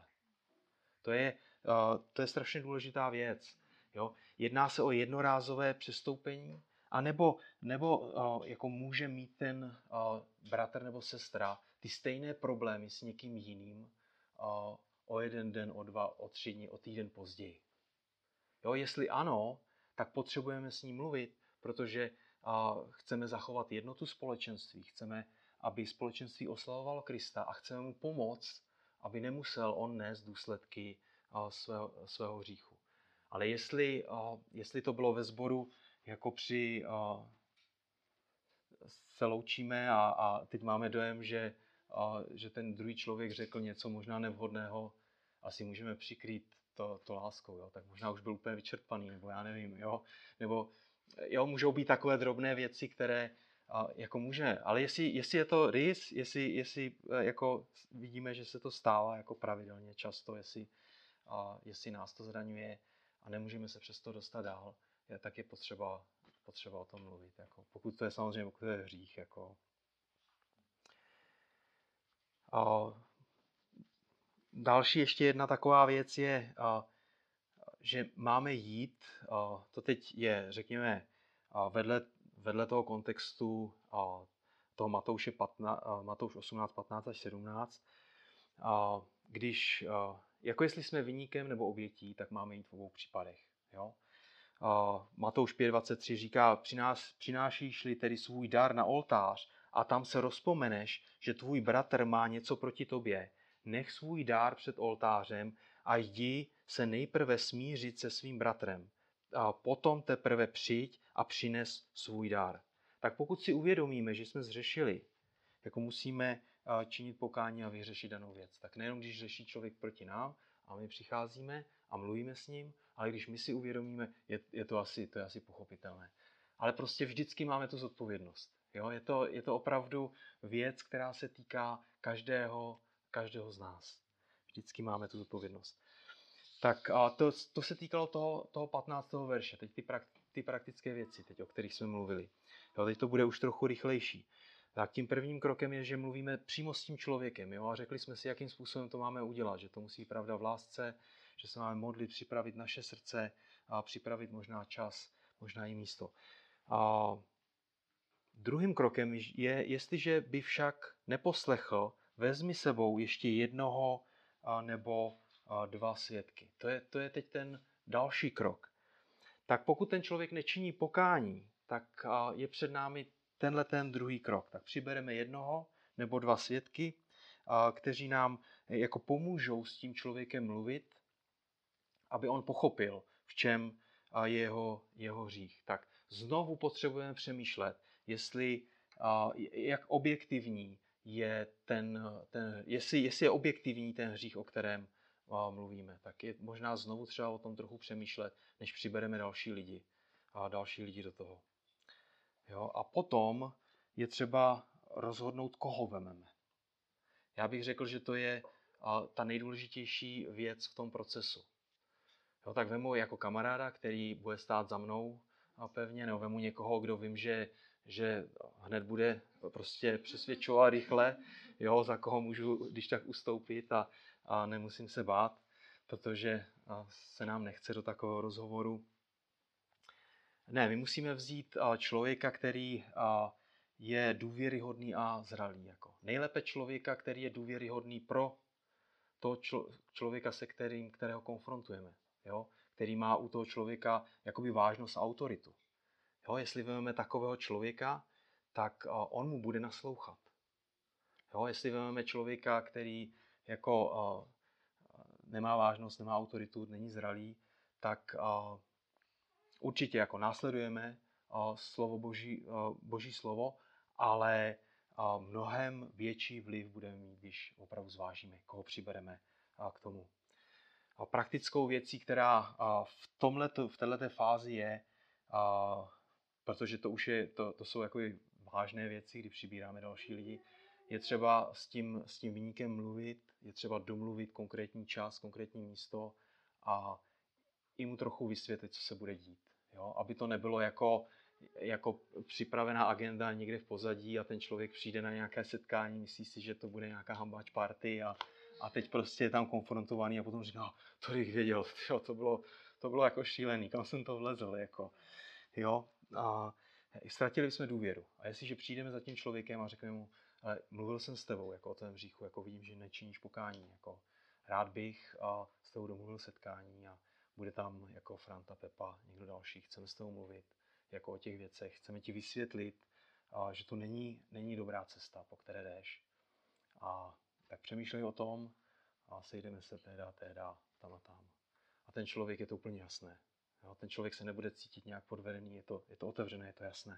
To je strašně důležitá věc. Jo? Jedná se o jednorázové přestoupení, anebo jako může mít ten bratr nebo sestra ty stejné problémy s někým jiným o 1 den, o 2, o 3 dny, o týden později. Jo? Jestli ano, tak potřebujeme s ním mluvit, protože chceme zachovat jednotu společenství, chceme, aby společenství oslavovalo Krista a chceme mu pomoct, aby nemusel on nést důsledky svého hříchu. Ale jestli to bylo ve sboru, jako se loučíme a teď máme dojem, že ten druhý člověk řekl něco možná nevhodného, asi můžeme přikrýt to láskou, jo? Tak možná už byl úplně vyčerpaný, nebo já nevím, jo? Nebo můžou být takové drobné věci, které jako může, ale jestli je to rys, jestli jako vidíme, že se to stává jako pravidelně často, jestli nás to zraňuje a nemůžeme se přesto dostat dál, tak je potřeba o tom mluvit. Jako, pokud to je hřích. Jako. Další ještě jedna taková věc je, že máme jít, to teď je, řekněme, vedle toho kontextu toho Matouše 18, 15 až 17, jako jestli jsme viníkem nebo obětí, tak máme jít v obou případech. Jo? Matouš 5.23 říká, přinášíš-li tedy svůj dar na oltář a tam se rozpomeneš, že tvůj bratr má něco proti tobě, nech svůj dár před oltářem a jdi se nejprve smířit se svým bratrem. A potom teprve přijď a přines svůj dár. Tak pokud si uvědomíme, že jsme zřešili, jako musíme činit pokání a vyřešit danou věc. Tak nejenom, když řeší člověk proti nám a my přicházíme a mluvíme s ním, ale když my si uvědomíme, je to asi pochopitelné. Ale prostě vždycky máme tu zodpovědnost. Jo? Je to opravdu věc, která se týká každého z nás. Vždycky máme tu zodpovědnost. Tak to se týkalo toho 15. verše. Teď ty praktické věci, teď, o kterých jsme mluvili. Jo, teď to bude už trochu rychlejší. Tak tím prvním krokem je, že mluvíme přímo s tím člověkem. Jo? A řekli jsme si, jakým způsobem to máme udělat. Že to musí být pravda v lásce, že se máme modlit, připravit naše srdce a připravit možná čas, možná i místo. A druhým krokem je, jestliže by však neposlechl, vezmi sebou ještě jednoho nebo 2 svědky. To je teď ten další krok. Tak pokud ten člověk nečiní pokání, tak je před námi ten druhý krok. Tak přibereme jednoho nebo 2 svědky, kteří nám jako pomůžou s tím člověkem mluvit, aby on pochopil, v čem je jeho hřích. Tak znovu potřebujeme přemýšlet, jestli jak objektivní je jestli je objektivní ten hřích, o kterém mluvíme, tak je možná znovu třeba o tom trochu přemýšlet, než přibereme další lidi do toho. Jo? A potom je třeba rozhodnout, koho vememe. Já bych řekl, že to je ta nejdůležitější věc v tom procesu. Jo, tak vemu jako kamaráda, který bude stát za mnou pevně, nebo vemu někoho, kdo vím, že hned bude prostě přesvědčovat rychle, jo, za koho můžu když tak ustoupit a nemusím se bát, protože se nám nechce do takového rozhovoru. Ne, my musíme vzít člověka, který je důvěryhodný a zralý. Jako. Nejlépe člověka, který je důvěryhodný pro toho člověka, kterého konfrontujeme. Jo? Který má u toho člověka jakoby vážnost a autoritu. Jo? Jestli vezmeme takového člověka, tak on mu bude naslouchat. Jo? Jestli vezmeme člověka, který jako nemá vážnost, nemá autoritu, není zralý, tak určitě jako následujeme Boží slovo, ale mnohem větší vliv budeme mít, když opravdu zvážíme, koho přibereme k tomu. A praktickou věcí, která v této fázi je, protože to už je, to jsou jako vážné věci, kdy přibíráme další lidi, je třeba s tím viníkem mluvit, je třeba domluvit konkrétní čas, konkrétní místo a i mu trochu vysvětlit, co se bude dít. Jo? Aby to nebylo jako připravená agenda někde v pozadí a ten člověk přijde na nějaké setkání, myslí si, že to bude nějaká hambáč party a teď prostě je tam konfrontovaný a potom říká, to bych věděl, jo, to bylo jako šílený, kam jsem to vlezl. Jako. Jo? A ztratili jsme důvěru. A jestliže přijdeme za tím člověkem a řekneme mu, ale mluvil jsem s tebou jako o tom hříchu, jako vidím, že nečiníš pokání, jako rád bych s tebou domluvil setkání a bude tam jako Franta, Pepa, někdo další, chceme s tebou mluvit jako o těch věcech, chceme ti vysvětlit, že to není dobrá cesta, po které jdeš. A tak přemýšlej o tom a sejdeme se tehda, tam a tam. A ten člověk, je to úplně jasné. Jo, ten člověk se nebude cítit nějak podvedený, je to otevřené, je to jasné.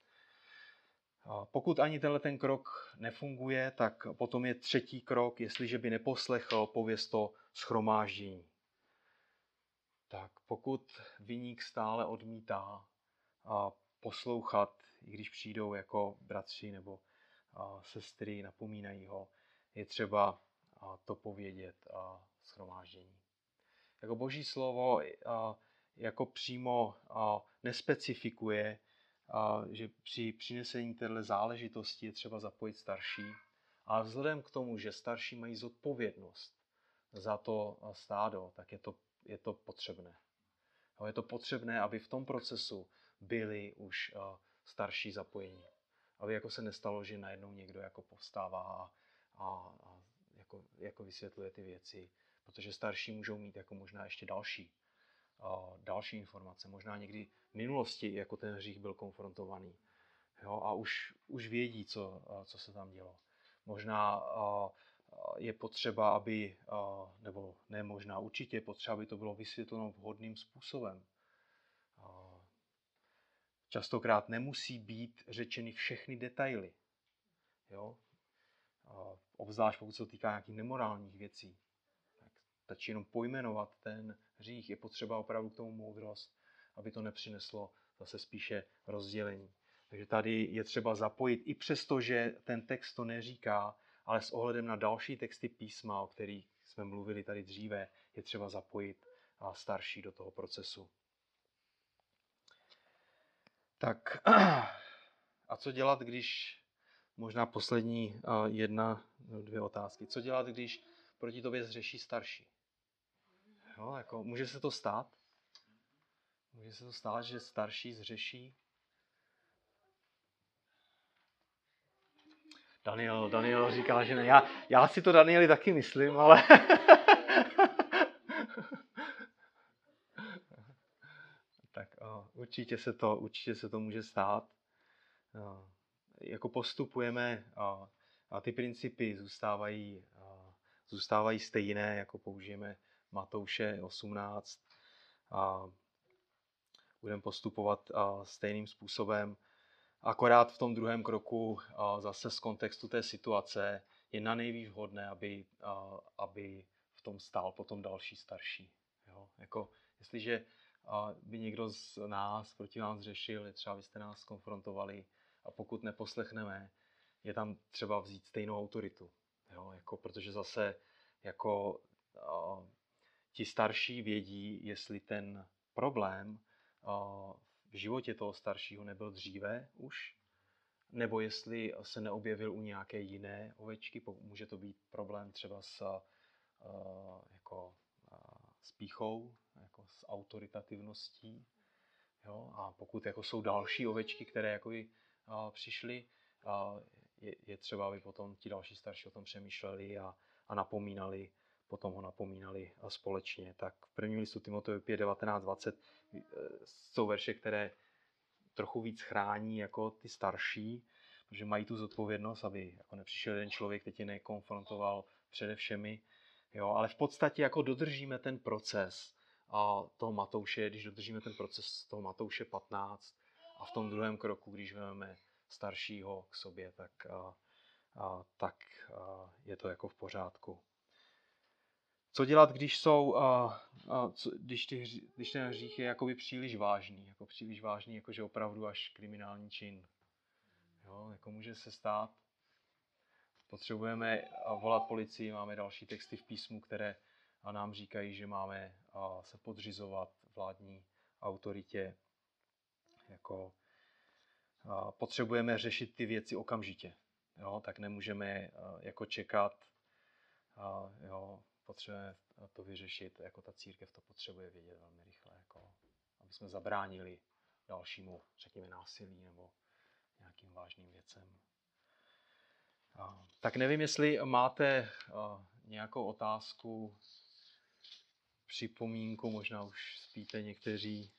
A pokud ani ten krok nefunguje, tak potom je třetí krok, jestliže by neposlechl, pověz to shromáždění. Tak pokud viník stále odmítá poslouchat, i když přijdou jako bratři nebo sestry, napomínají ho, je třeba to povědět shromáždění. Jako Boží slovo jako přímo nespecifikuje, že při přinesení této záležitosti je třeba zapojit starší, ale vzhledem k tomu, že starší mají zodpovědnost za to stádo, tak je to potřebné. Je to potřebné, aby v tom procesu byli už starší zapojení. Aby jako se nestalo, že najednou někdo jako povstává a jako vysvětluje ty věci. Protože starší můžou mít jako možná ještě další informace. Možná někdy v minulosti jako ten hřích byl konfrontovaný. Jo, a už vědí, co se tam dělo. Možná je potřeba, nebo ne možná, určitě je potřeba, aby to bylo vysvětleno vhodným způsobem. Častokrát nemusí být řečeny všechny detaily. Jo? Obzvlášť pokud se to týká nějakých nemorálních věcí. Tak stačí jenom pojmenovat ten hřích. Je potřeba opravdu k tomu moudrost, aby to nepřineslo zase spíše rozdělení. Takže tady je třeba zapojit, i přesto, že ten text to neříká, ale s ohledem na další texty písma, o kterých jsme mluvili tady dříve, je třeba zapojit starší do toho procesu. Tak a co dělat, když, možná poslední dvě otázky, co dělat, když proti tobě zřeší starší? Jo, jako, může se to stát? Může se to stát, že starší zřeší? Daniel říká, že ne. Já si to, Danieli, taky myslím, ale... Tak určitě se to může stát. Jako postupujeme a ty principy zůstávají stejné, jako použijeme Matouše 18 a budeme postupovat stejným způsobem. Akorát v tom druhém kroku zase z kontextu té situace je na nejvíc vhodné, aby v tom stál potom další starší. Jo? Jako, jestliže by někdo z nás proti nás řešil, třeba byste nás konfrontovali a pokud neposlechneme, je tam třeba vzít stejnou autoritu. Jo? Jako, protože zase jako, ti starší vědí, jestli ten problém v životě toho staršího nebyl dříve už, nebo jestli se neobjevil u nějaké jiné ovečky. Může to být problém třeba s pýchou, jako s autoritativností. Jo? A pokud jako jsou další ovečky, které jakoby, přišly, je třeba, aby potom ti další starší o tom přemýšleli a napomínali, potom ho napomínali společně. Tak v 1. listu Timoteovi 5, 19, 20 jsou verše, které trochu víc chrání jako ty starší, protože mají tu zodpovědnost, aby jako nepřišel jeden člověk, teď je nekonfrontoval přede všemi. Jo, ale v podstatě jako dodržíme ten proces toho Matouše, když dodržíme ten proces toho Matouše 15 a v tom druhém kroku, když vezmeme staršího k sobě, tak je to jako v pořádku. Co dělat, když ten hřích je jakoby příliš vážný, jakože opravdu až kriminální čin. Jo, jako může se stát. Potřebujeme volat policii, máme další texty v písmu, které nám říkají, že máme se podřizovat vládní autoritě. Jako, potřebujeme řešit ty věci okamžitě. Jo, tak nemůžeme jako čekat. Jo, potřebujeme to vyřešit, jako ta církev to potřebuje vědět velmi rychle, jako, aby jsme zabránili dalšímu, řekněme, násilí nebo nějakým vážným věcem. Tak nevím, jestli máte nějakou otázku, připomínku, možná už spíte někteří.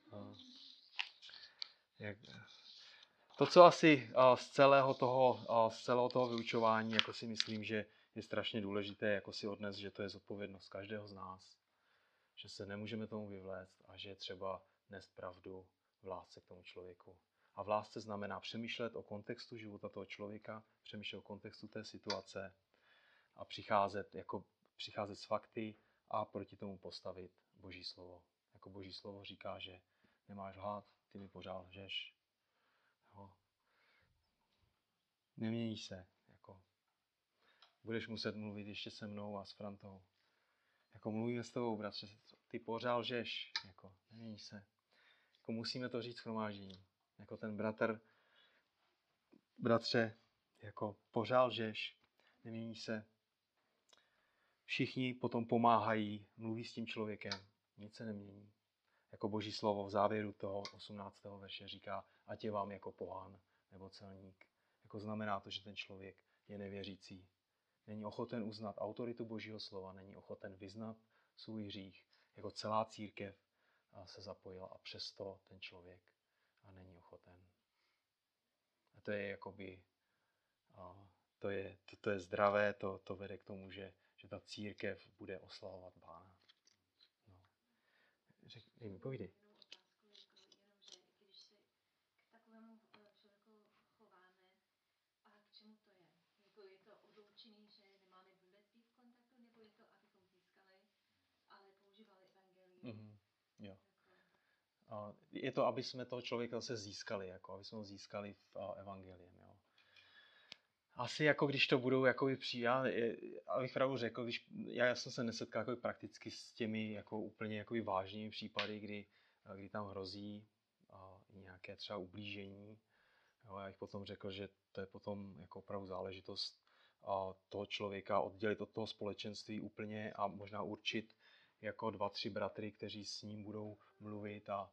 To, co asi z celého toho vyučování, jako si myslím, že je strašně důležité, jako si odnes, že to je zodpovědnost každého z nás, že se nemůžeme tomu vyvléct a že je třeba nést pravdu v lásce k tomu člověku. A v lásce znamená přemýšlet o kontextu života toho člověka, přemýšlet o kontextu té situace a přicházet s fakty a proti tomu postavit Boží slovo. Jako Boží slovo říká, že nemáš lhát, ty mi pořád lžeš. Jo. Neměníš se. Jako. Budeš muset mluvit ještě se mnou a s Frantou. Jako mluvíme s tebou, bratře, ty pořád lžeš. Jako, neměníš se. Jako musíme to říct shromáždění. Jako ten bratře, jako pořád lžeš, neměníš se. Všichni potom pomáhají, mluví s tím člověkem, nic se nemění. Jako Boží slovo v závěru toho 18. verše říká, ať je vám jako pohán nebo celník. Jako znamená to, že ten člověk je nevěřící. Není ochoten uznat autoritu Božího slova, není ochoten vyznat svůj hřích. Jako celá církev se zapojila a přesto ten člověk není ochoten. A to je jakoby, to je zdravé, to vede k tomu, že ta církev bude oslavovat Pána. No. Dej mi, povídej. Jenom otázku, jenom že když se k takovému člověku chováme, a k čemu to je? Jako je to odloučený, že nemáme vůbec být v kontaktu, nebo je to, abychom získali, ale používali evangelium? Mm-hmm. Jo. Je to, aby jsme toho člověka zase získali, jako aby jsme ho získali v evangeliem. Jo. Asi jako když to budou jakoby abych pravdu řekl, já jsem se nesetkal jakoby prakticky s těmi jako úplně jakoby vážnými případy, kdy tam hrozí nějaké třeba ublížení. Jo, já bych potom řekl, že to je potom jako opravdu záležitost toho člověka oddělit od toho společenství úplně a možná určit jako 2-3 bratry, kteří s ním budou mluvit a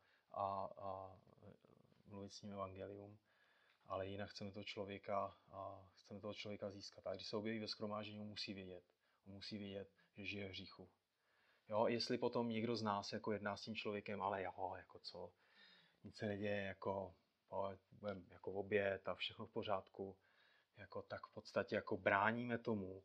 mluvit s ním evangelium. Ale jinak chceme toho člověka získat. A když se objeví ve shromáždění, on musí vědět, že žije v hříchu. Jo, jestli potom někdo z nás jako jedná s tím člověkem, ale jo, jako co, nic se neděje, jako oběd a všechno v pořádku, jako tak v podstatě jako bráníme tomu,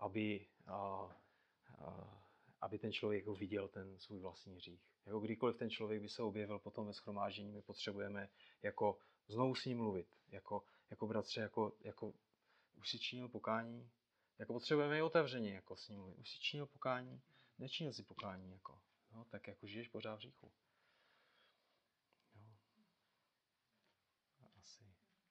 aby ten člověk viděl ten svůj vlastní hřích. Jako kdykoliv ten člověk by se objevil potom ve shromáždění, my potřebujeme jako znovu s ním mluvit, jako bratře, jako už si činil pokání, jako potřebujeme i otevřeně jako s ním mluvit. Už si činil pokání, nečinil si pokání, jako, no, tak jako žiješ pořád v hříchu. Jo. Asi.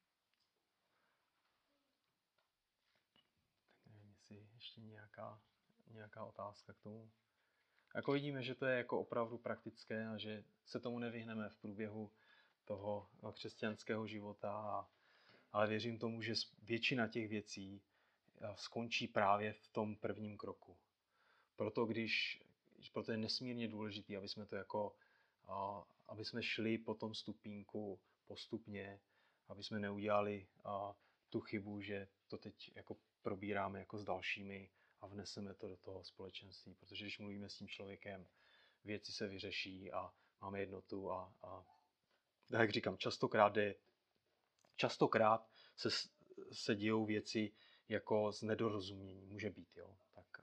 Tak nevím, jestli ještě nějaká otázka k tomu. Jako vidíme, že to je jako opravdu praktické a že se tomu nevyhneme v průběhu toho křesťanského života, ale věřím tomu, že většina těch věcí skončí právě v tom prvním kroku. Proto je nesmírně důležité, aby jsme to aby jsme šli po tom stupínku postupně, aby jsme neudělali tu chybu, že to teď jako probíráme jako s dalšími a vneseme to do toho společenství, protože když mluvíme s tím člověkem, věci se vyřeší a máme jednotu a jak říkám, častokrát se dějou věci jako z nedorozumění, může být, jo, tak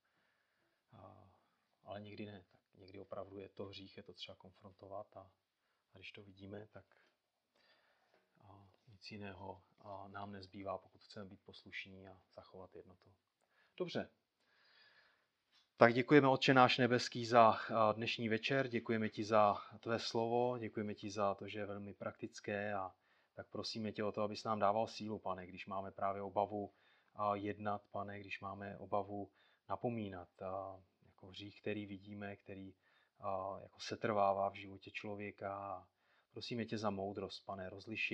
ale někdy ne, tak někdy opravdu je to hřích, je to třeba konfrontovat a když to vidíme, tak nic jiného nám nezbývá, pokud chceme být poslušní a zachovat jednotu. Dobře. Tak děkujeme, Otče náš nebeský, za dnešní večer, děkujeme ti za tvé slovo, děkujeme ti za to, že je velmi praktické a tak prosíme tě o to, abys nám dával sílu, Pane, když máme právě obavu jednat, Pane, když máme obavu napomínat jako hřích, který vidíme, který jako setrvává v životě člověka. Prosíme tě za moudrost, Pane,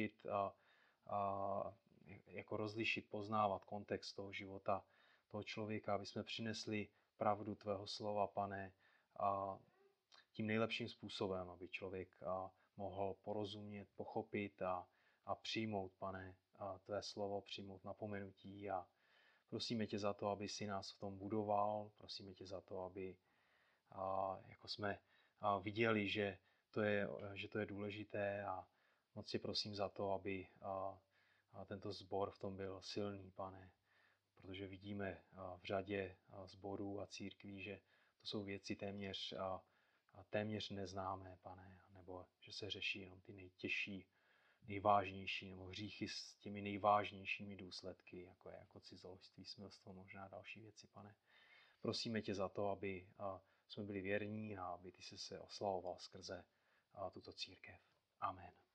rozlišit, poznávat kontext toho života toho člověka, aby jsme přinesli pravdu tvého slova, Pane, tím nejlepším způsobem, aby člověk mohl porozumět, pochopit a přijmout, Pane, tvé slovo, přijmout napomenutí a prosíme tě za to, aby si nás v tom budoval, prosíme tě za to, aby jako jsme viděli, že to je důležité a moc tě prosím za to, aby tento sbor v tom byl silný, Pane, protože vidíme v řadě sborů a církví, že to jsou věci téměř neznámé, Pane, nebo že se řeší jenom ty nejtěžší, nejvážnější, nebo hříchy s těmi nejvážnějšími důsledky, jako je jako cizoložství, smilstvo, možná další věci, Pane. Prosíme tě za to, aby jsme byli věrní a aby ty se oslavoval skrze tuto církev. Amen.